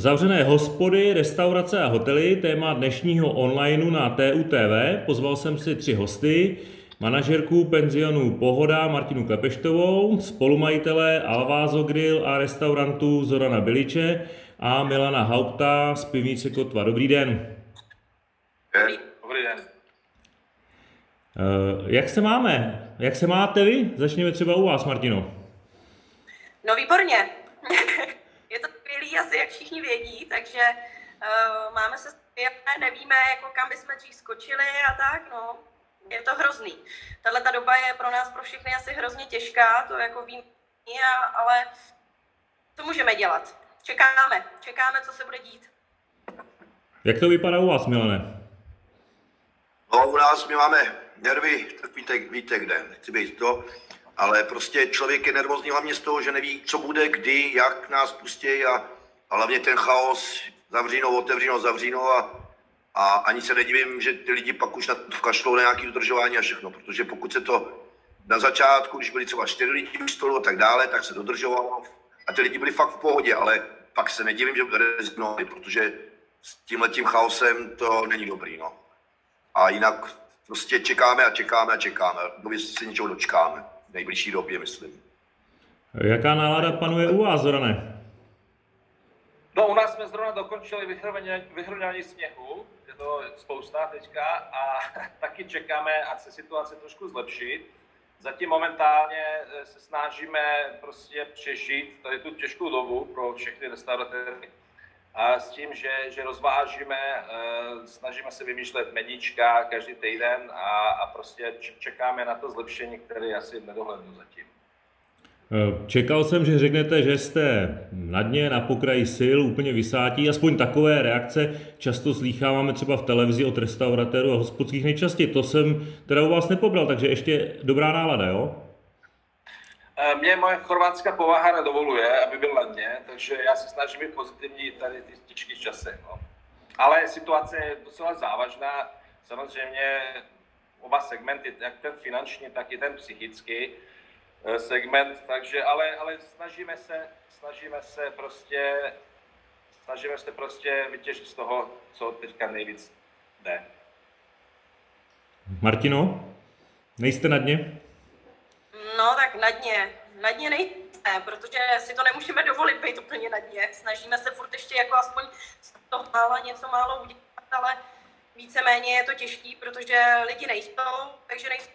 Zavřené hospody, restaurace a hotely, téma dnešního onlineu na TUTV. Pozval jsem si 3 hosty, manažerku penzionu Pohoda Martinu Klepeštovou, spolumajitele Alvázo Grill a restaurantu Zorana Biliče a Milana Haupta z pivnice Kotva. Dobrý den. Dobrý den. Jak se máme? Jak se máte vy? Začněme třeba u vás, Martino. No výborně. Je to skvělý, asi jak všichni vědí, takže máme se skvělé, nevíme, jako kam bychom dřív skočili a tak, no. Je to hrozný. Tato doba je pro nás, pro všechny asi hrozně těžká, to jako vím, ale co můžeme dělat? Čekáme, co se bude dít. Jak to vypadá u vás, Milane? No, u nás my máme nervy, tak víte kde, nechci být to, ale prostě člověk je nervózní hlavně z toho, že neví, co bude, kdy, jak nás pustí a hlavně ten chaos, zavříno a ani se nedivím, že ty lidi pak už na to kašlou na nějaké dodržování a všechno, protože pokud se to na začátku, když byli třeba 4 lidi u stolu a tak dále, tak se dodržovalo a ty lidi byli fakt v pohodě, ale pak se nedivím, že rezignovali, protože s tímhletím chaosem to není dobrý, no. A jinak prostě čekáme. Době se něčeho dočkáme. V nejbližší době, myslím. Jaká nálada panuje u vás, Zorane? No, u nás jsme zrovna dokončili vyhrnování sněhu. Je to spousta teďka a taky čekáme, ať se situace trošku zlepší. Zatím momentálně se snažíme prostě přežít tady tu těžkou dobu pro všechny restauratéry. A s tím, že rozvážíme, snažíme se vymýšlet meníčka každý týden a prostě čekáme na to zlepšení, které je asi nedohlednu zatím. Čekal jsem, že řeknete, že jste na dně, na pokraji sil, úplně vysátí. Aspoň takové reakce často slýcháváme třeba v televizi od restauratérů a hospodských nejčastěji. To jsem teda u vás nepobral, takže ještě dobrá nálada, jo? Mě moje chorvatská povaha nedovoluje, aby byl na dně, takže já se snažím být pozitivní tady ty těžké časy. No. Ale situace je docela závažná. Samozřejmě oba segmenty, jak ten finanční, tak i ten psychický segment, takže, ale snažíme se prostě vytěžit z toho, co teďka nejvíc jde. Martino, nejste na dně? No tak na dně nejsme, protože si to nemůžeme dovolit být úplně na dně. Snažíme se furt ještě jako aspoň z toho něco málo udělat, ale víceméně je to těžký, protože lidi nejsou, takže nejsou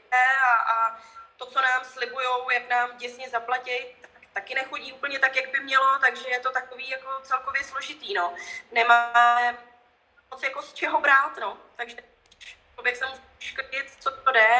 a to, co nám slibujou, jak nám děsně zaplatí, taky nechodí úplně tak, jak by mělo, takže je to takový jako celkově složitý, no. Nemáme moc jako z čeho brát, no. Takže člověk se musí škrtit, co to jde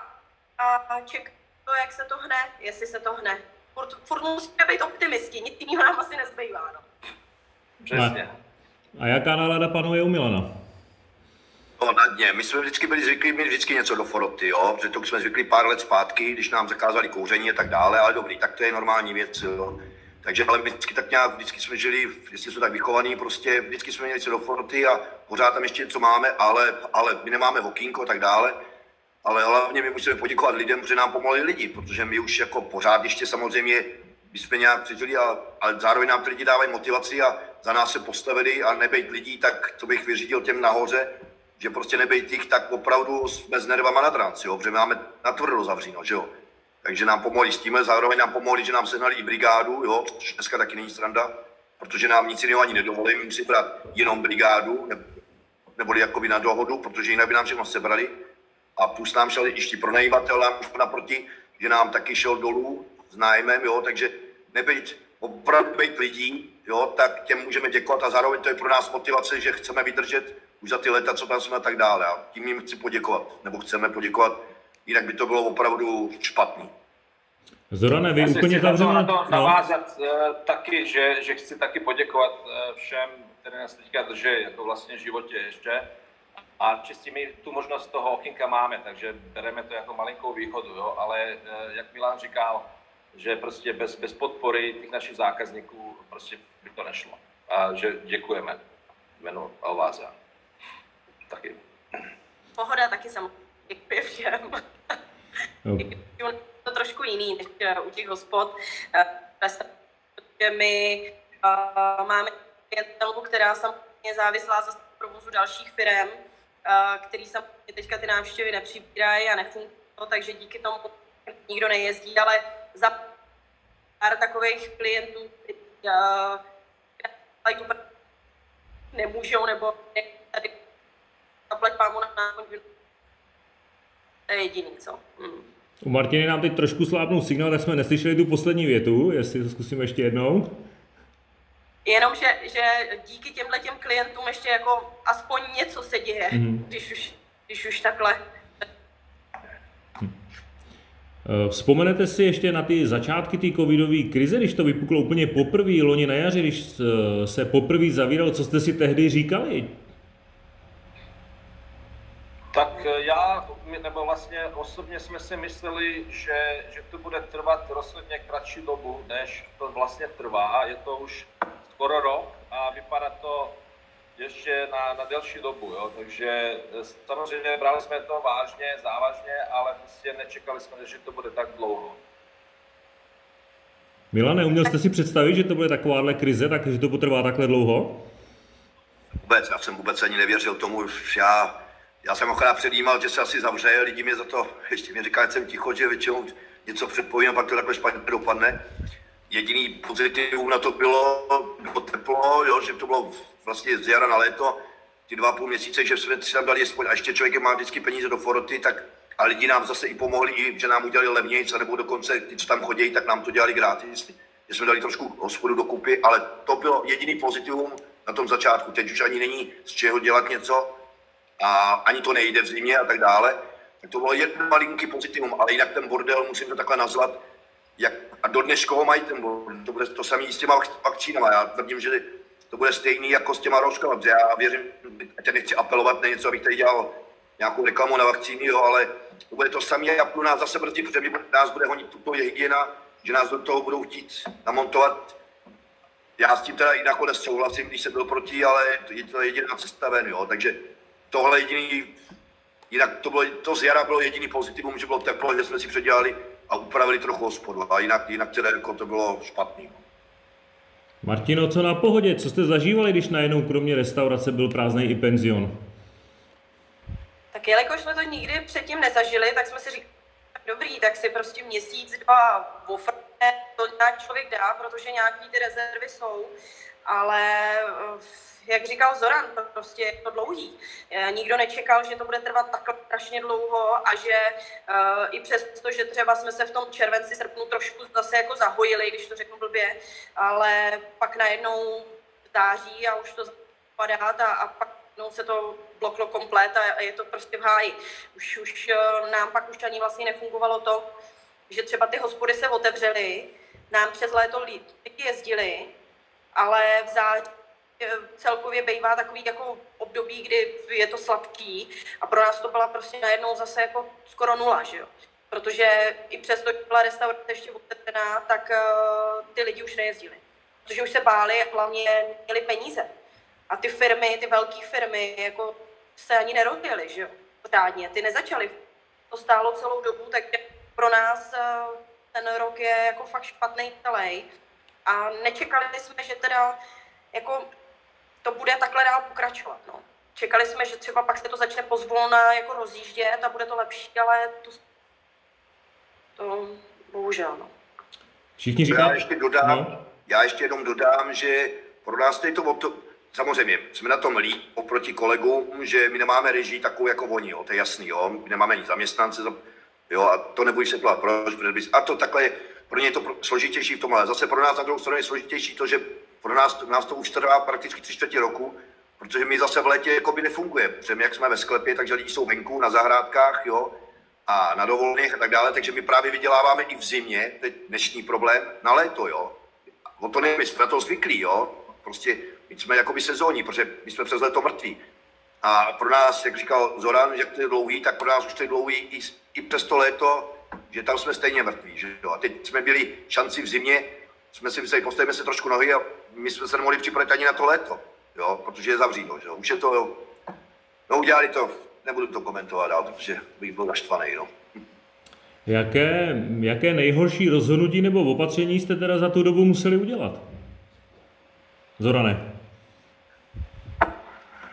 a čekat to, jak se to hne, jestli se to hne. Furt musíme být optimisti, nic jiného nám asi nezbývá, no. Přesně. A jaká nálada panuje u Milana? No, na dně. My jsme vždycky byli zvyklí mít vždycky něco do foroty, jo? Protože to jsme zvykli pár let zpátky, když nám zakázali kouření a tak dále, ale dobrý, tak to je normální věc, jo? Takže ale vždycky tak nějak, vždycky jsme žili, jestli jsme tak vychovaní, prostě vždycky jsme měli něco do foroty a pořád tam ještě něco máme, ale my nemáme okýnko a tak dále. Ale hlavně my musíme poděkovat lidem, protože nám pomohli lidi, protože my už jako pořád ještě samozřejmě bychom nějak přežili, ale zároveň nám ty lidi dávají motivaci a za nás se postavili a nebejt lidí, tak to bych vyřídil těm nahoře, že prostě nebejt těch, tak opravdu jsme s nervama nad rámci, jo, protože máme natvrdo zavříno, že jo. Takže nám pomohli s tím, zároveň nám pomohli, že nám sehnali i brigádu, jo, což dneska taky není sranda, protože nám nic jiného ani nedovolí, my musíme brát jenom brigádu, neboli jakoby na dohodu, protože jinak by nám všechno sebrali. A plus nám šel ještě pronajímatel nám naproti, že nám taky šel dolů s nájmem, jo, takže opravdu být lidí, jo, tak těm můžeme děkovat a zároveň to je pro nás motivace, že chceme vydržet už za ty léta, co tam jsme a tak dále. A tím jim chci poděkovat, nebo chceme poděkovat, jinak by to bylo opravdu špatný. Zorane, vy úplně zavřeme. Na to navázat taky, že chci taky poděkovat všem, kteří nás teďka drží jako vlastně v životě ještě. A čistě my tu možnost toho okýnka máme, takže bereme to jako malinkou výhodu, jo? Ale jak Milan říkal, že prostě bez podpory těch našich zákazníků prostě by to nešlo. A že děkujeme jménu Alváza. Taky. Pohoda taky samozřejmě děkuje všem. Je to trošku jiný než u těch hospod. My máme klientelku, která samozřejmě závislá za provozu dalších firm, který samozřejmě teďka ty návštěvy nepřibírají a nefungují, takže díky tomu nikdo nejezdí, ale za pár takových klientů, tu nemůžou, nebo tady zaplať pámu na to je jediný, co. U Martiny nám teď trošku slábnul signál, tak jsme neslyšeli tu poslední větu, jestli to zkusíme ještě jednou. Jenom, že díky těm klientům ještě jako aspoň něco se děje, když už takhle. Vzpomenete si ještě na ty začátky té covidové krize, když to vypuklo úplně poprvé loni na jaře, když se poprvé zavíralo, co jste si tehdy říkali? Tak já, nebo vlastně osobně jsme si mysleli, že to bude trvat rozhodně kratší dobu, než to vlastně trvá. Je to už skoro rok a vypadá to ještě na delší dobu, jo? Takže samozřejmě brali jsme to vážně, závažně, ale prostě nečekali jsme, že to bude tak dlouho. Milane, uměl jste si představit, že to bude takováhle krize, takže to potrvá takhle dlouho? Já jsem vůbec ani nevěřil tomu, já jsem akorát předjímal, že se asi zavře, lidi mě za to, ještě mi říkají, že jsem ticho, že většinou něco předpovím, pak to takhle špatně dopadne. Jediný pozitivum na to bylo teplo, jo, že to bylo vlastně z jara na léto, ty 2,5 měsíce, že jsme si tam dali aspoň, a ještě člověk má vždycky peníze do foroty, tak a lidi nám zase i pomohli, i že nám udělali levnějc, nebo dokonce ty, co tam chodí, tak nám to dělali gratis, že jsme dali trošku hospodu dokupy, ale to bylo jediný pozitivum na tom začátku. Teď už ani není z čeho dělat něco a ani to nejde v zimě a tak dále. Tak to bylo jedno malinký pozitivum, ale jinak ten bordel, musím to takhle nazvat, a do dneška ho mají ten bordel. To bude to samé s těma vakcínama. Já tvrdím, že to bude stejný jako s těma rouškama, protože já věřím, že nechci apelovat na něco, abych tady dělal nějakou reklamu na vakcíny, jo, ale to bude to samé a pro nás zase brzdí, protože nás bude honit tuto hygiena, že nás do toho budou chtít namontovat. Já s tím teda i nakonec souhlasím, když jsem byl proti, ale je to jediná cesta ven, jo, takže tohle jediný, jinak to z jara bylo jediný pozitivum, že bylo teplo, že jsme si předělali a upravili trochu hospodu, a jinak teda jako to bylo špatný. Martino, co na Pohodě? Co jste zažívali, když najednou kromě restaurace byl prázdnej i penzion? Tak jelikož jsme to nikdy předtím nezažili, tak jsme si říkali, dobrý, tak si prostě měsíc, 2 ofrne, to nějak člověk dá, protože nějaký ty rezervy jsou, ale jak říkal Zoran, prostě je to dlouhý. Nikdo nečekal, že to bude trvat takhle strašně dlouho a že i přesto, že třeba jsme se v tom červenci, srpnu trošku zase jako zahojili, když to řeknu blbě, ale pak najednou září a už to zapadá a pak se to bloklo komplet a je to prostě v háji. Už nám pak už ani vlastně nefungovalo to, že třeba ty hospody se otevřely, nám přes léto lidi jezdili, ale v září celkově bývá takový jako období, kdy je to slabší a pro nás to byla prostě najednou zase jako skoro nula, že jo. Protože i přesto, že byla restaurace ještě otevřená, tak ty lidi už nejezdili. Protože už se báli a hlavně měli peníze. A ty firmy, ty velké firmy, jako se ani nerozjeli, že jo, pořádně. Ty nezačaly. To stálo celou dobu, takže pro nás ten rok je jako fakt špatný celý. A nečekali jsme, že teda jako to bude takhle dál pokračovat, no. Čekali jsme, že třeba pak se to začne pozvolna jako rozjíždět a bude to lepší, ale to bohužel, no. Všichni říkají... Já ještě jenom dodám, že pro nás je to samozřejmě, jsme na tom líp oproti kolegům, že my nemáme režii takovou jako oni, jo, to je jasný, jo, my nemáme ani zaměstnance, jo, a to nebudu se plát, proč, a to takhle je, pro ně je to složitější v tom, ale zase pro nás na druhou stranu je složitější to, že pro nás to už trvá prakticky 3/4 roku, protože my zase v létě jakoby nefunguje, protože my jak jsme ve sklepě, takže lidi jsou venku na zahrádkách, jo, a na dovolených a tak dále, takže my právě vyděláváme i v zimě, teď dnešní problém, na léto, jo, o to nevím, jsme na to zvyklí, jo, prostě my jsme jakoby sezónní, protože my jsme přes léto mrtví. A pro nás, jak říkal Zoran, že to je dlouhý, tak pro nás už to je dlouhý i přes to léto, že tam jsme stejně mrtví, že jo. A teď jsme byli šanci v zimě, jsme si mysleli, postavíme se trošku nohy a my jsme se nemohli připravit ani na to léto, jo, protože je zavříno, že jo. Už je to, jo. No udělali to, nebudu to komentovat dál, protože bych byl naštvaný, no. Jaké nejhorší rozhodnutí nebo opatření jste teda za tu dobu museli udělat? Zorane.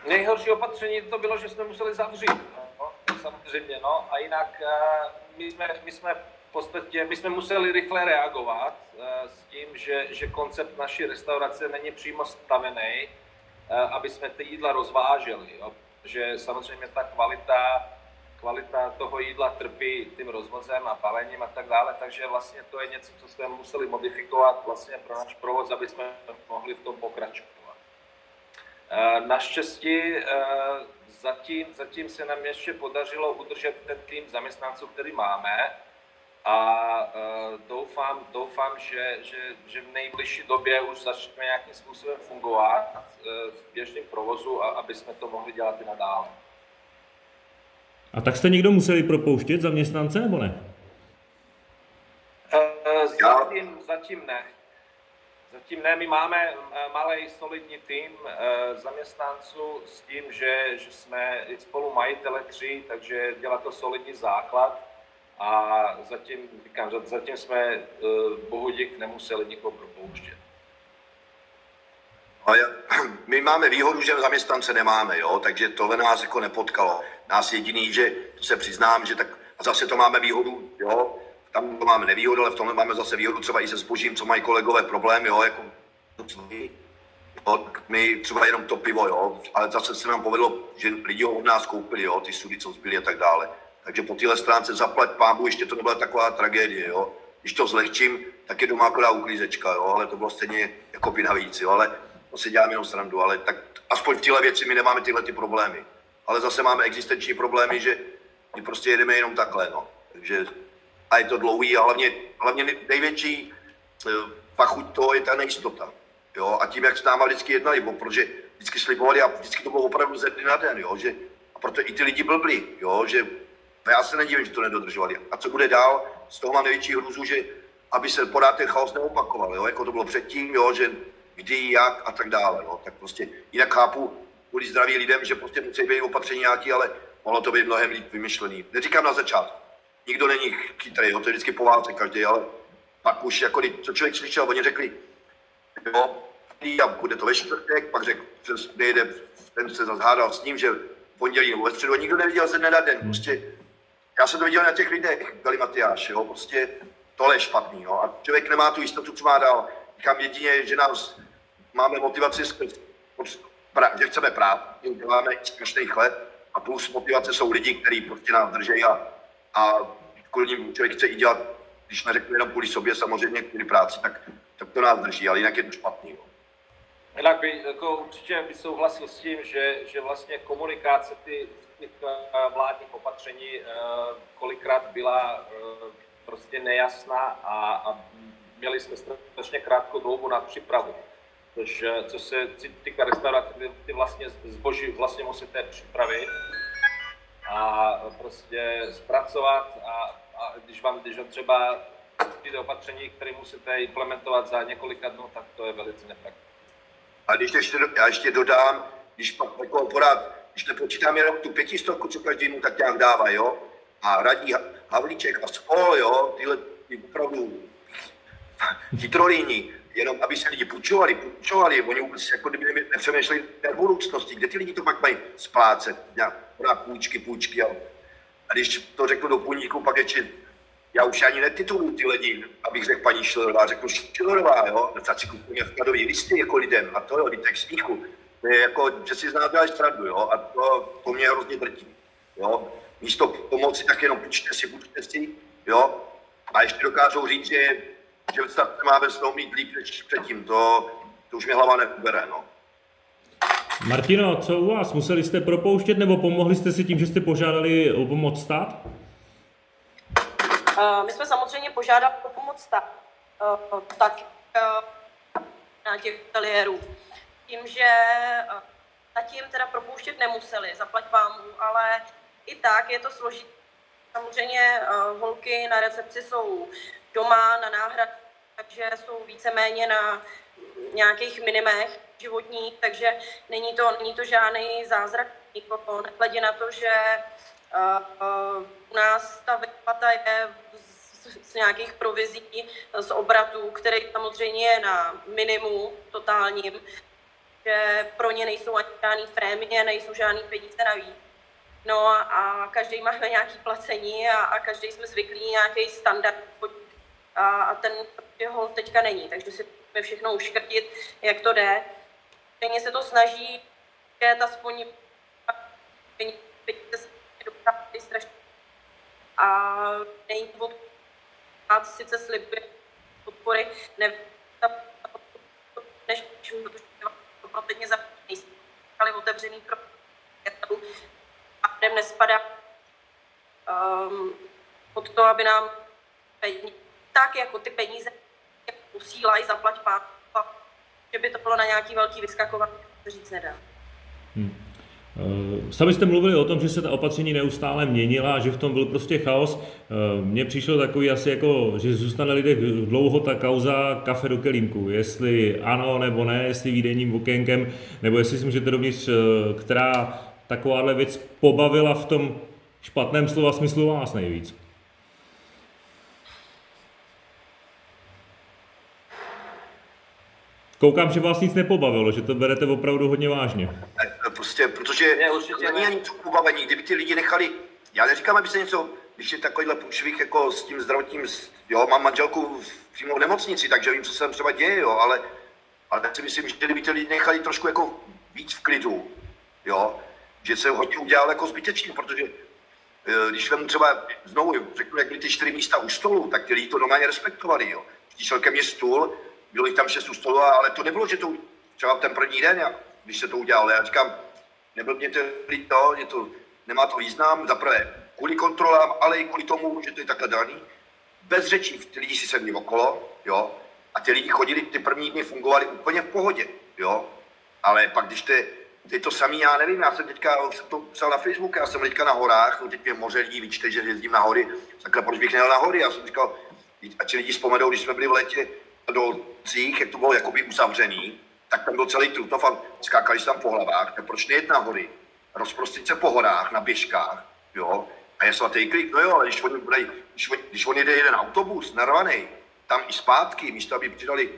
Nejhorší opatření to bylo, že jsme museli zavřít, no, samozřejmě, no, a jinak my jsme museli rychle reagovat s tím, že koncept naší restaurace není přímo stavený, aby jsme ty jídla rozváželi, jo, protože samozřejmě ta kvalita toho jídla trpí tím rozvozem a balením a tak dále, takže vlastně to je něco, co jsme museli modifikovat vlastně pro náš provoz, aby jsme mohli v tom pokračovat. Naštěstí zatím se nám ještě podařilo udržet ten tým zaměstnanců, který máme, a doufám, že v nejbližší době už začneme nějakým způsobem fungovat v běžném provozu, a aby jsme to mohli dělat i nadále. A tak jste někdo museli propouštět zaměstnance, nebo ne? Zatím ne. Zatím ne, my máme malý solidní tým zaměstnanců s tím, že jsme spolu majitele 3, takže dělá to solidní základ, a zatím jsme bohu dík nemuseli nikoho propouštět. My máme výhodu, že zaměstnance nemáme, jo? Takže tohle nás jako nepotkalo. Nás jediný, že se přiznám, že tak a zase to máme výhodu, jo? Tam to máme nevýhodu, ale v tomhle máme zase výhodu třeba i se zbožím, co mají kolegové problémy, jo? Jako, my třeba jenom to pivo, jo? Ale zase se nám povedlo, že lidi ho od nás koupili, jo? Ty sudy, co zbyly a tak dále. Takže po téhle stránce zaplať pámbu, ještě to nebyla taková tragédie, jo? Když to zlehčím, tak je doma akorát uklízečka, jo? Ale to bylo stejně jako navíc, jo? Ale to si děláme jenom srandu, ale tak aspoň v téhle věci my nemáme tyhle ty problémy. Ale zase máme existenční problémy, že my prostě jedeme jenom takhle, no. Takže a je to dlouhý a hlavně největší pachuť toho je ta nejistota, jo. A tím, jak s náma vždycky jednali, protože vždycky slibovali a vždycky to bylo opravdu ze dny na den, jo. Že, a proto i ty lidi blbli, jo, že já se nedivím, že to nedodržovali. A co bude dál, z toho mám největší hrůzu, že aby se pořád ten chaos neopakoval, jo, jako to bylo předtím, jo, že kdy, jak a tak dále, no. Tak prostě jinak chápu kvůli zdraví lidem, že prostě musí být opatření nějaký, ale mohlo to být mnohem líp vymyšlený. Neříkám na začátku, nikdo není chytrý, jo, to je vždycky po válce každý, ale pak už jako, co člověk slyšel, oni řekli, jo, a bude to ve čtvrtek, pak řekl, že nejde, ten se zhádal s ním, že v pondělí nebo ve středu, nikdo neviděl ze dne na den, prostě, já jsem to viděl na těch lidech, Gali Matyáš, jo, prostě tohle je špatný, no, a člověk nemá tu jistotu, co má dál, říkám jedině, že nás máme motivaci, že chceme prát, děláme strašný chleb a plus motivace jsou lidi, kteří prostě nás drží a kvůli ním člověk chce i dělat, když neřeknu jenom kvůli sobě, samozřejmě kvůli práci, tak to nás drží, ale jinak je to špatný. No. Jinak jako určitě bych souhlasil s tím, že vlastně komunikace těch vládních opatření kolikrát byla prostě nejasná a měli jsme strašně krátkou dobu na přípravu. Co se týká restaurace, ty vlastně zboží vlastně musíte připravit a prostě zpracovat a když vám třeba přijde opatření, které musíte implementovat za několika dnů, tak to je velice nepraktické. A když já ještě dodám, když pak jako pořád, když nepočítám jenom tu 500, co každému tak nějak dává, jo, a radí Havlíček a spol, jo, tyhle opravdu chytrolíní, jenom aby se lidi půjčovali, oni vůbec jako kdyby nepřemýšleli v budoucnosti, kde ty lidi to pak mají splácet, nějak půjčky. A když to řeknu do půlníku, pak ještě, já už ani netituluji ty lidi, abych řekl paní Schillerová, řeknu Schillerová, jo, tak si kupujeme vkladový listy jako lidem a to jo, lidek smíchu, to je jako, že si z nás děláš srandu, jo, a to mě hrozně drtí, jo, místo pomoci tak jenom půjčte si, jo, a ještě dokážou říct, že máme s toho mít líp než předtím, to už mi hlava nebere, no. Martino, co u vás? Museli jste propouštět nebo pomohli jste si tím, že jste požádali o pomoc stát? My jsme samozřejmě požádali o pomoc stát, tak na těch ateliérů. Tím, že zatím teda propouštět nemuseli, zaplať pánbůh, ale i tak je to složité. Samozřejmě holky na recepci jsou doma na náhrad, takže jsou víceméně na nějakých minimech životních, takže není to žádný zázrak nikoho, nehledě na to, že u nás ta výplata je z nějakých provizí, z obratů, který samozřejmě je na minimu totálním. že pro ně nejsou ani žádný prémie, nejsou žádný peníze navíc. No a každý máme nějaký placení a každý jsme zvyklí nějaký standard a ten ho teďka není, takže si musíme všechno uškrtit, jak to jde. Stejně se to snaží, že aspoň peníze strašně a není od sice slibuje podpory, než protože to teď nejsou otevřený pro a kterém nespadá pod to, aby nám tak jako ty peníze posílají, zaplať pán, že by to bylo na nějaký velký vyskakování, to říct nedá. Sami jste mluvili o tom, že se ta opatření neustále měnila a že v tom byl prostě chaos. Mně přišlo takový asi jako, že zůstane lidech dlouho ta kauza kafe do kelímku. Jestli ano nebo ne, jestli výdejním okénkem, nebo jestli si můžete dovnitř, která takováhle věc pobavila v tom špatném slova smyslu vás nejvíc. Koukám, že vás nic nepobavilo, že to berete opravdu hodně vážně. Prostě, protože není ani to pobavení, kdyby ty lidi nechali, já neříkám, aby se něco, když je takovýhle průšvih jako s tím zdravotním, jo, mám manželku přímo v nemocnici, takže vím, co se tam třeba děje, jo, ale tak si myslím, že kdyby ty lidi nechali trošku jako víc v klidu, jo, že se hodně udělal jako zbytečný, protože když vemu třeba znovu, řeknu, jak byly ty 4 místa u stolu, tak ty lidi to normálně respektovali, jo. Šel ke mně stůl, bylo jich tam 6 u stolu, ale to nebylo, že to třeba ten první den, když se to udělalo, já říkám, nebyl mě to, nemá to význam, zaprvé kvůli kontrolám, ale i kvůli tomu, že to je takhle daný. Bez řečí, ty lidi si sedli okolo, jo, a ty lidi chodili, ty první dny fungovali úplně v pohodě, jo, ale pak když je to samý, já nevím, já jsem teďka to psal na Facebook, já jsem teďka na horách, no teď mě moře lidí vyčte, že jezdím na hory, takhle proč bych nejel na hory, já jsem říkal, ať si lidi vzpomenou, když jsme byli v létě do Cích, jak to bylo jakoby uzavřený, tak tam byl celý Trutnov a skákali se tam po hlavách, tak proč nejet na hory, rozprostřít se po horách, na běžkách, jo, a je svatý klik, no jo, ale když on jede jeden autobus narvaný, tam i zpátky, místo aby přidali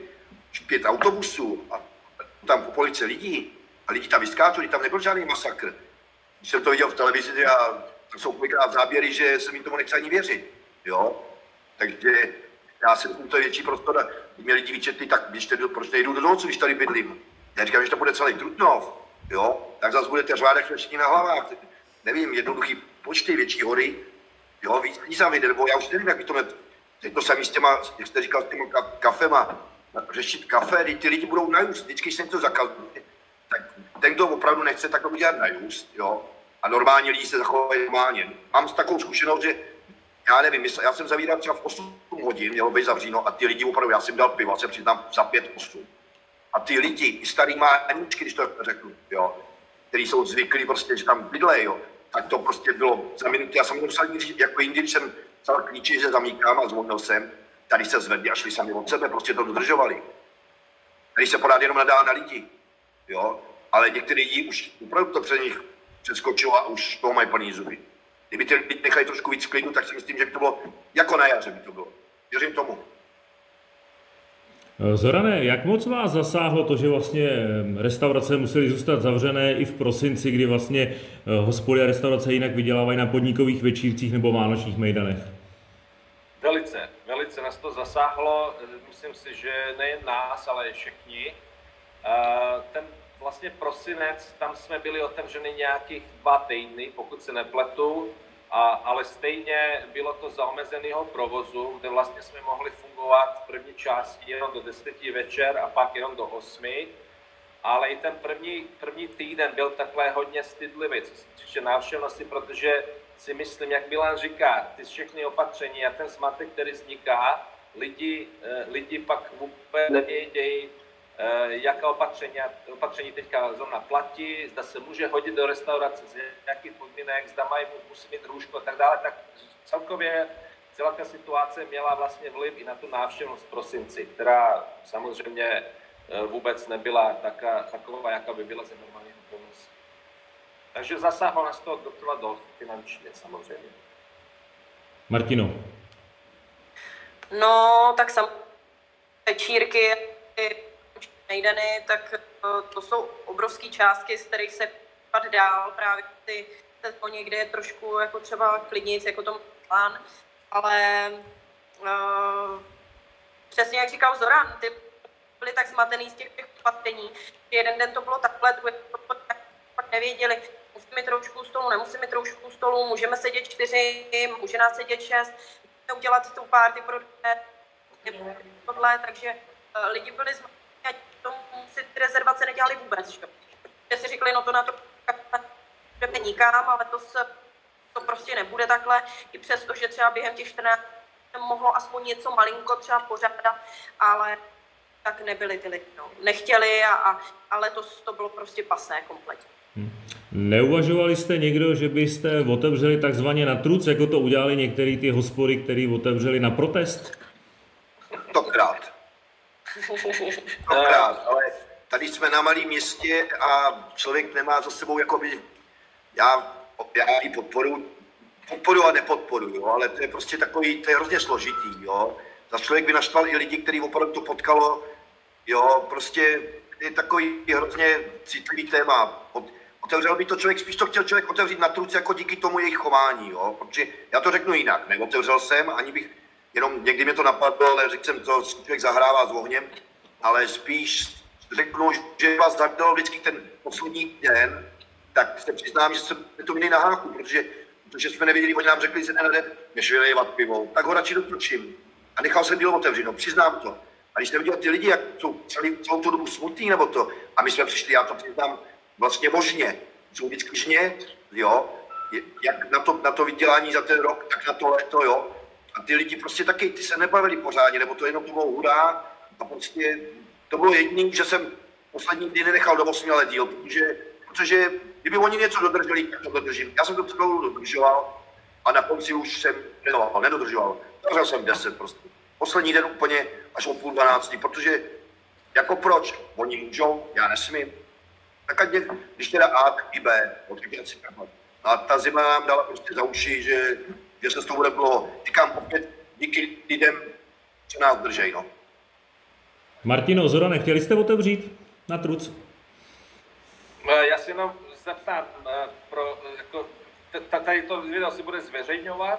5 autobusů a tam po police lidí, a lidi tam vyskáčeli, tam nebyl žádný masakr. Když jsem to viděl v televizi, a jsou kolikrát záběry, že se mi tomu nechce ani věřit, jo, takže já jsem to je větší prostor, když mě lidi vyčetli, tak proč nejdu do Dolců, když tady bydlím. Já říkám, že to bude celý Trutnov, jo, tak zase budete řádek všichni na hlavách, nevím, jednoduchý počty, větší hory, jo, víc zavede, nebo já už nevím, jak by to teď to samý s těma, jak jste říkal, s těma kafema, řešit kafe, ty lidi budou najůst, vždycky, když se to zakazuje, tak ten, kdo opravdu nechce, tak to bude dělat najůst, jo, a normálně lidi se zachovají normálně. Mám takovou zkušenost, že já nevím, já jsem zavíral třeba v 8 hodin, mělo být zavříno a ty lidi opravdu, já jsem dal pivo, se přiznám za 5-8. A ty lidi, i starý máničky, když to řeknu, jo, který jsou zvyklí prostě, že tam bydlej, jo, tak to prostě bylo za minuty, já jsem musel říct, jako jindy, když jsem psal klíči, že zamíkám a zvonil jsem, tady se zvedli a šli sami od sebe, prostě to dodržovali. Tady se pořád jenom nadá na lidi, jo, ale některý lidi už opravdu to před nich přeskočilo a už toho mají plný zuby. Kdyby ty lidi nechali trošku víc klidu, tak si myslím, že by to bylo jako na jaře by to bylo. Věřím tomu. Zorane, jak moc vás zasáhlo to, že vlastně restaurace musely zůstat zavřené i v prosinci, kdy vlastně hospody a restaurace jinak vydělávají na podnikových večírcích nebo vánočních mejdanech? Velice nás to zasáhlo. Myslím si, že nejen nás, ale i všichni. Ten vlastně prosinec, tam jsme byli otevřeni nějakých 2 týdny, pokud se nepletu, ale stejně bylo to za omezeného provozu, kde vlastně jsme mohli fungovat v první části jenom do 10 večer a pak jenom do 8. Ale i ten první týden byl takhle hodně stydlivý, co se týče návštěvnosti, protože si myslím, jak Milan říká, ty všechny opatření a ten zmatek, který vzniká, lidi pak vůbec nevědějí, jaká opatření teďka zrovna platí, zda se může hodit do restaurace, z jakých podmínek, zda musí mít růžko a tak dále, tak celkově celá ta situace měla vlastně vliv i na tu návštěvnost v prosinci, která samozřejmě vůbec nebyla taková, jaká by byla za normálního provozu. Takže zasáhlo nás to docela dost finančně samozřejmě. Martino. No, tak večírky šmejdeny, tak to jsou obrovské částky, z kterých se pad dál, právě ty sezóně, kde je trošku jako třeba klidnic, jako to plán, ale přesně jak říkal Zoran, ty byli tak zmatený z těch opatření, že jeden den to bylo takhle, druhý to bylo tak, pak nevěděli, musíme mít roušku stolu, nemusíme mít roušku stolu, můžeme sedět 4, může nás sedět 6, můžeme udělat tu party pro tohle, takže lidi byli zmatení a tomu si ty rezervace nedělali vůbec, že? Protože si řekli, no to na to jdeme nikam, ale to prostě nebude takhle, i přesto, že třeba během těch 14 mohlo aspoň něco malinko třeba pořádat, ale tak nebyli ty lidi, no. Nechtěli a letos to bylo prostě pasé kompletně. Neuvažovali jste někdo, že byste otevřeli takzvaně na truc, jako to udělali některé ty hospody, které otevřeli na protest? Stokrát, ale tady jsme na malém městě a člověk nemá za sebou jakoby, já ji podporuji a nepodporuji, jo, ale to je prostě takový, to je hrozně složitý, jo. Za člověk by naštval i lidi, který opravdu to potkalo, jo, prostě je takový hrozně citlivý téma. Otevřel by to člověk, spíš to chtěl člověk otevřít na truc jako díky tomu jejich chování, jo, protože já to řeknu jinak, neotevřel jsem, ani bych, jenom někdy mě to napadlo, ale řekl jsem to, člověk zahrává s ohněm, ale spíš řeknu, že vás zadalo vždycky ten poslední den, tak se přiznám, že jsme to měli na háku, protože jsme nevěděli, oni nám řekli, že než vylévat pivo, tak ho radši dotočím. A nechal jsem dílo otevřeno, přiznám to. A když jsem viděl ty lidi, jak jsou celou tu dobu smutný nebo to, a my jsme přišli, já to přiznám vlastně možně, jsou vždycky žně, jo, jak na to vydělání za ten rok, tak na to léto, jo. A ty lidi prostě taky, ty se nebavili pořádně, nebo to jenom bylo hurá, a prostě to bylo jediný, že jsem poslední dny nenechal do 8 let díl, protože kdyby oni něco dodrželi, tak to dodržím. Já jsem to celou dodržoval a na konci už jsem nedodržoval. Dodržel jsem 10 prostě. Poslední den úplně až o 11:30, protože jako proč? Oni můžou, já nesmím. Tak ať když teda A, tak i B. A ta zima nám dala prostě za uši, že se s tou bude dlouho. Říkám opět díky lidem, co nás držej, no. Martino, Zorane, chtěli jste otevřít na truc? Já si jenom zeptám, tady to video si bude zveřejňovat?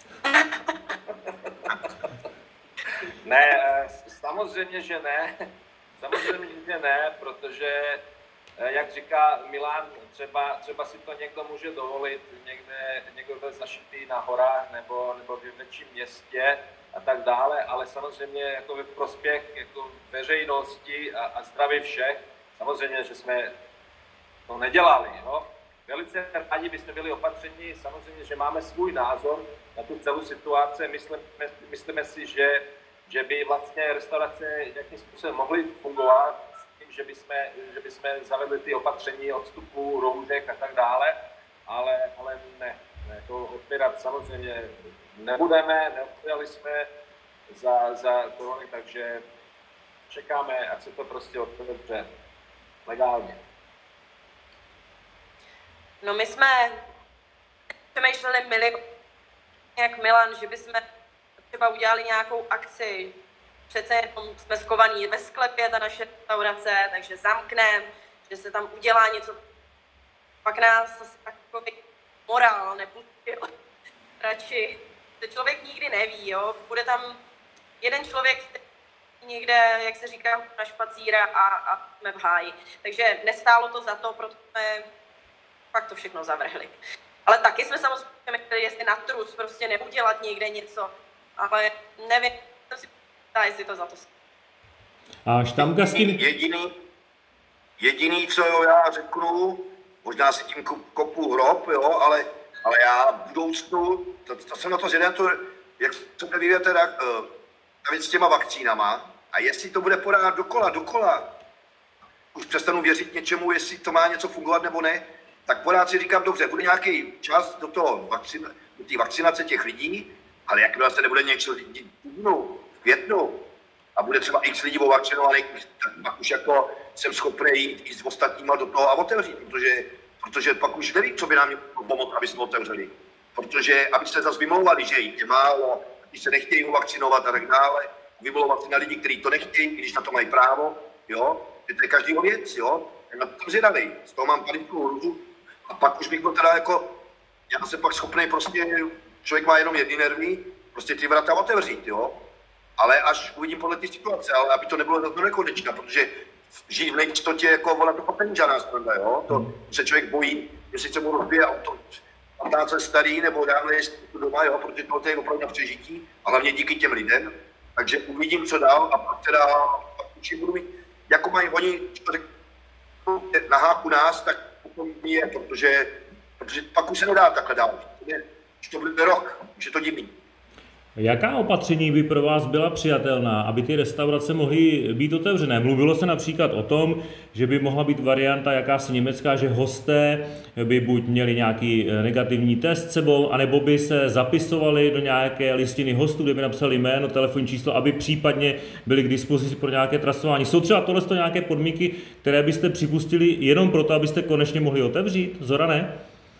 Ne, samozřejmě, že ne. Samozřejmě, že ne, protože, jak říká Milan, třeba si to někdo může dovolit, někdo zašitý na horách nebo v větším městě a tak dále, ale samozřejmě jako ve prospěch jako veřejnosti a zdraví všech, samozřejmě, že jsme to nedělali. Jo? Velice rádi bychom byli opatření, samozřejmě, že máme svůj názor na tu celou situaci. Myslíme si, že by vlastně restaurace nějakým způsobem mohly fungovat s tím, že bychom zavedli ty opatření odstupu, roušek a tak dále, ale ne. To otvírat samozřejmě nebudeme, neotevřeli jsme za korony, takže čekáme, ať se to prostě otevře legálně. No my jsme přemýšleli jak Milan, že bychom třeba udělali nějakou akci. Přece jenom jsme skovaní ve sklepě, ta naše restaurace, takže zamkneme, že se tam udělá něco. Pak nás zase takový morál nepustil. Radši, to člověk nikdy neví, jo. Bude tam jeden člověk, který někde, jak se říká, na špacíra a jsme v háji. Takže nestálo to za to, protože jsme pak to všechno zavrhli. Ale taky jsme samozřejmě chtěli, jestli na truc prostě neudělat někde něco. Ale nevím, jsem si ptá, jestli to za to. A štamgasti... Jediný, co já řeknu, možná si tím kopu hrob, jo, ale já v budoucnu, to jsem na to zvědavý, jak se vyvíje teda s těma vakcínama a jestli to bude podávat dokola, už přestanu věřit něčemu, jestli to má něco fungovat nebo ne, tak pořád si říkám, dobře, bude nějaký čas do té vakcinace těch lidí, ale jakmile se nebude něco v květnu a bude třeba x lidí ovakcinovaných, tak pak už jako jsem schopný jít i s ostatníma do toho a otevřít, protože pak už nevím, co by nám mělo pomoct, aby jsme otevřeli. Protože aby se zase vymlouvali, že jich je málo, když se nechtějí ovakcinovat a tak dále, vymlouvat se na lidi, kteří to nechtějí, když na to mají právo, jo. že to je každýho věc, jo. Já na to zvědavej, z toho mám panickou hruzu a pak už bych byl teda jako, já jsem pak schopný prostě, člověk má jenom jedny nervy, prostě ty vrata otevřít, jo. Ale až uvidím podle té situace, ale aby to nebylo do nekonečna, protože žít v nejistotě, jako volat to není žádná strana, jo. To se člověk bojí, jestli se mu rozbije auto 15 let starý, nebo dávno je doma, jo, protože to je opravdu na přežití, a hlavně díky těm lidem. Takže uvidím, co dál, a pak teda určitě budu mít, jako mají oni na háku nás, tak potom je, protože pak už se nedá takhle dál. Už to bude rok, už je to divný. Jaká opatření by pro vás byla přijatelná, aby ty restaurace mohly být otevřené? Mluvilo se například o tom, že by mohla být varianta jakási německá, že hosté by buď měli nějaký negativní test sebou, anebo by se zapisovali do nějaké listiny hostů, kde by napsali jméno, telefonní číslo, aby případně byli k dispozici pro nějaké trasování. Jsou třeba tohle nějaké podmínky, které byste připustili jenom proto, abyste konečně mohli otevřít? Zorane?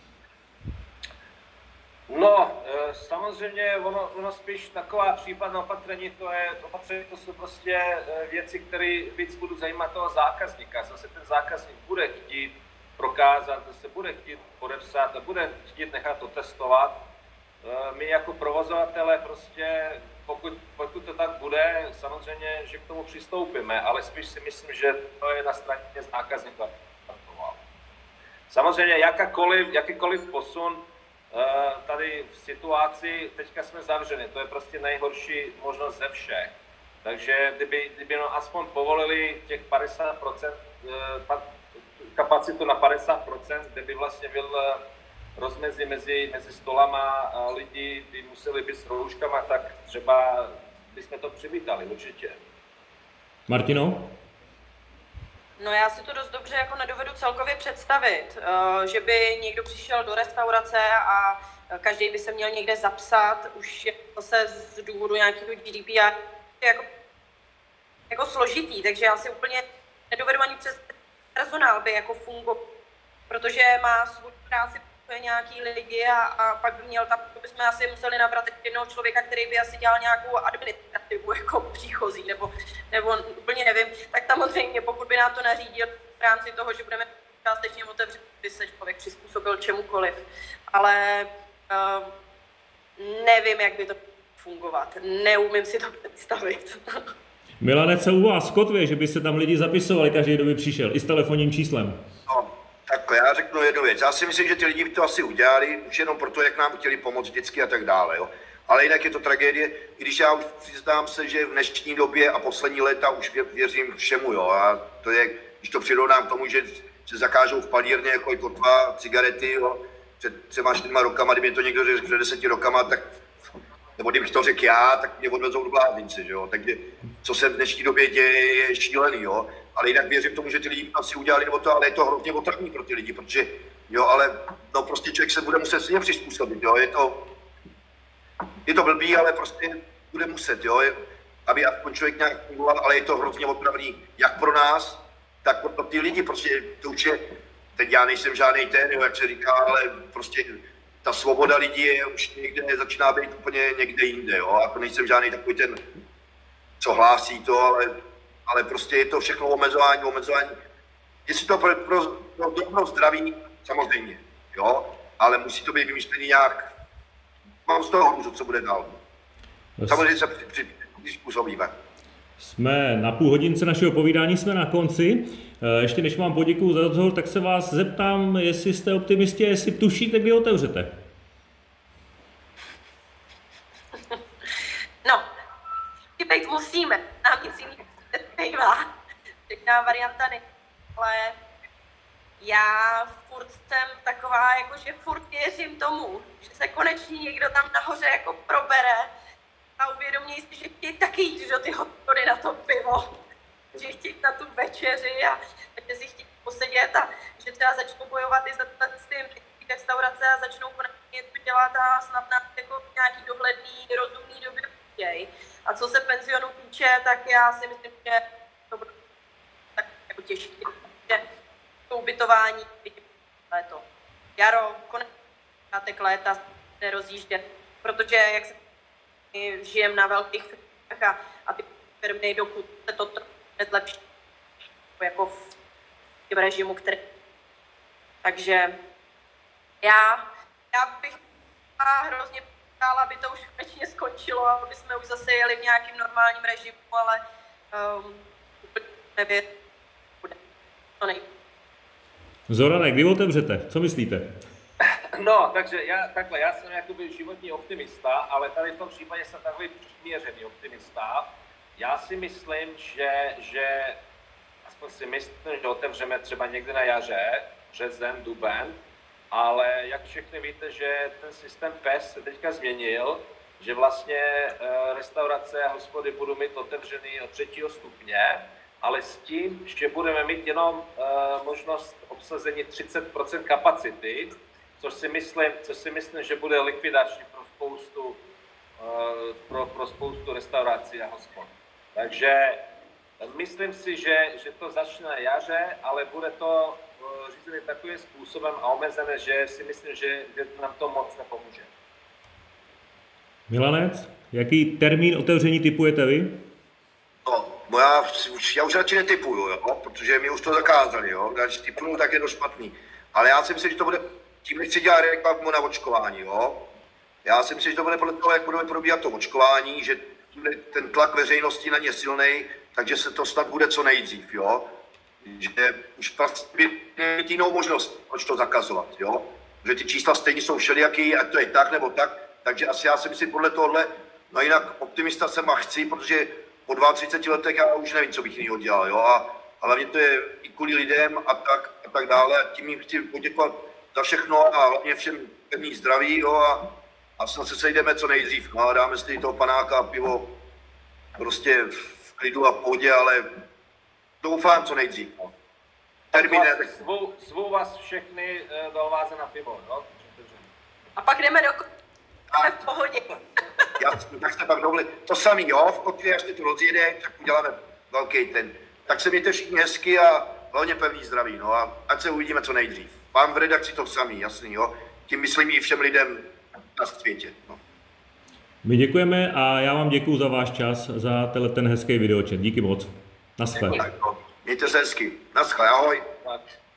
No, samozřejmě ono spíš taková případná opatření, to jsou prostě věci, které víc budou zajímat toho zákazníka. Zase ten zákazník bude chtít prokázat, zase bude chtít podepsat a bude chtít nechat otestovat. My jako provozovatelé prostě, pokud to tak bude, samozřejmě, že k tomu přistoupíme, ale spíš si myslím, že to je na straně zákazníka. Samozřejmě jakýkoliv posun tady v situaci, teďka jsme zavřeni, to je prostě nejhorší možnost ze všech. Takže kdyby no aspoň povolili těch 50%, kapacitu na 50%, kde by vlastně byl rozmezí mezi stolama a lidi by museli být s rouškama, tak třeba bychom to přivítali určitě. Martino? No já si to dost dobře jako nedovedu celkově představit, že by někdo přišel do restaurace a každý by se měl někde zapsat, už je zase z důvodu nějakého GDPR jako složitý, takže já si úplně nedovedu ani přes personál by jako fungoval, protože má svou práci nějaký lidi a pak by měl tam, bychom asi museli nabrat jednoho člověka, který by asi dělal nějakou administrativu jako příchozí, nebo úplně nevím, tak samozřejmě pokud by nám to nařídil v rámci toho, že budeme částečně otevřít, by se člověk přizpůsobil čemukoliv, ale nevím, jak by to fungovat, neumím si to představit. Milane, co u vás kotvě, že by se tam lidi zapisovali, každý, kdo by přišel, i s telefonním číslem? No, tak já řeknu jednu věc. Já si myslím, že ty lidi by to asi udělali, už jenom proto, jak nám chtěli pomoct vždycky a tak dále. Jo. Ale jinak je to tragédie, i když já už přiznám se, že v dnešní době a poslední léta už věřím všemu. Jo. A to je, když to přirovnám k tomu, že se zakážou v palírně jako kotva, cigarety, jo. Před 3 rokama, kdyby to někdo řekl před 10 rokama, tak nebo kdybych to řekl já, tak mě odvezou do blázince, že jo. Takže co se v dnešní době děje, je šílený, jo. Ale jinak věřím tomu, že ty lidi asi udělali nebo to, ale je to hrozně otravný pro ty lidi, protože, jo, ale no prostě člověk se bude muset s ním přizpůsobit, jo. Je to blbý, ale prostě bude muset, jo. Aby aspoň člověk nějak fungoval, ale je to hrozně otravný, jak pro nás, tak pro ty lidi, prostě to už je, teď já nejsem žádnej ten, jo, jak se říká, ale prostě ta svoboda lidí je už někde, začíná být úplně někde jinde, jo, a to nejsem žádný takový ten, co hlásí to, ale prostě je to všechno omezování. Jestli to pro zdraví, samozřejmě, jo, ale musí to být vymyšlený nějak, mám z toho hruzu, co bude dál. Samozřejmě se přizpůsobíme. Jsme na půl hodince našeho povídání, jsme na konci. Ještě než vám poděkuju za rozhovor, tak se vás zeptám, jestli jste optimisti a jestli tušíte, kdy otevřete. No, teď musíme, nám nic jiného nezbývá. Teď varianta ne, ale já furt jsem taková, jako že furt věřím tomu, že se konečně někdo tam nahoře jako probere a uvědomí si, že chtějí taky jít do ty hospody na to pivo, že chtějí na tu večeři a že si chtějí posedět a že třeba začnou bojovat i za ty restaurace a začnou konečně něco dělat a snad nám jako nějaký dohledný, rozumný době chtějí. A co se penzionu týče, tak já si myslím, že to bude tak jako těžké, že to ubytování léto. Jaro, konec léta nerozjíždět, protože jak se žijeme na velkých firmách a ty firmy, dokud se to nezlepší, jako v tím režimu, který... Takže já bych hrozně přála, aby to už konečně skončilo, aby jsme už zase jeli v nějakým normálním režimu, ale nevím, to nejde. Zorane, kdy otevřete? Co myslíte? No, takže já jsem jakoby životní optimista, ale tady v tom případě jsem takový přiměřený optimista. Já si myslím, že aspoň si myslím, že otevřeme třeba někdy na jaře, březen, duben, ale jak všichni víte, že ten systém PES se teďka změnil, že vlastně restaurace a hospody budou mít otevřený od 3. stupně, ale s tím, že budeme mít jenom možnost obsazení 30% kapacity, což si myslím, že bude likvidační pro spoustu restaurací a hospod. Takže myslím si, že to začne na jaře, ale bude to řízené takovým způsobem a omezené, že si myslím, že nám to moc nepomůže. Milanec, jaký termín otevření typujete vy? No, já už radši netypuju, jo, protože mi už to zakázali, jo. Když typuju, tak je to špatný. Ale já si myslím, že to bude, tím nechci dělat reklamu na očkování, jo. Já si myslím, že to bude podle toho, jak bude probíhat to očkování, že ten tlak veřejnosti na ně silnej, takže se to snad bude co nejdřív, jo. Že už vlastně mít jinou možnost, proč to zakazovat, jo. Že ty čísla stejně jsou všelijaký, ať to je tak nebo tak, takže asi já si myslím podle tohohle, no jinak optimista jsem a chci, protože po 32 letech já už nevím, co bych jiného dělal, jo. A hlavně to je i kvůli lidem a tak dále. Tím jim chci poděkovat za všechno a hlavně všem pevný zdraví, jo. A snad se sejdeme co nejdřív, no a dáme si toho panáka a pivo prostě v klidu a v pohodě, ale doufám co nejdřív. No. Zvu vás všechny do Oáze na pivo, no? A pak jdeme do v pohodě. Tak jste pak dovolili. To samý, jo, v kotvě, až to rozjede, tak uděláme velký ten. Tak se mějte všichni hezky a hlavně pevný zdraví, no a ať se uvidíme co nejdřív. Vám v redakci to samý, jasný, jo. Tím myslím i všem lidem na světě, no. My děkujeme a já vám děkuju za váš čas, za ten hezký videočet. Díky moc. Naschle. Mějte se hezky. Naschle, ahoj. Tak.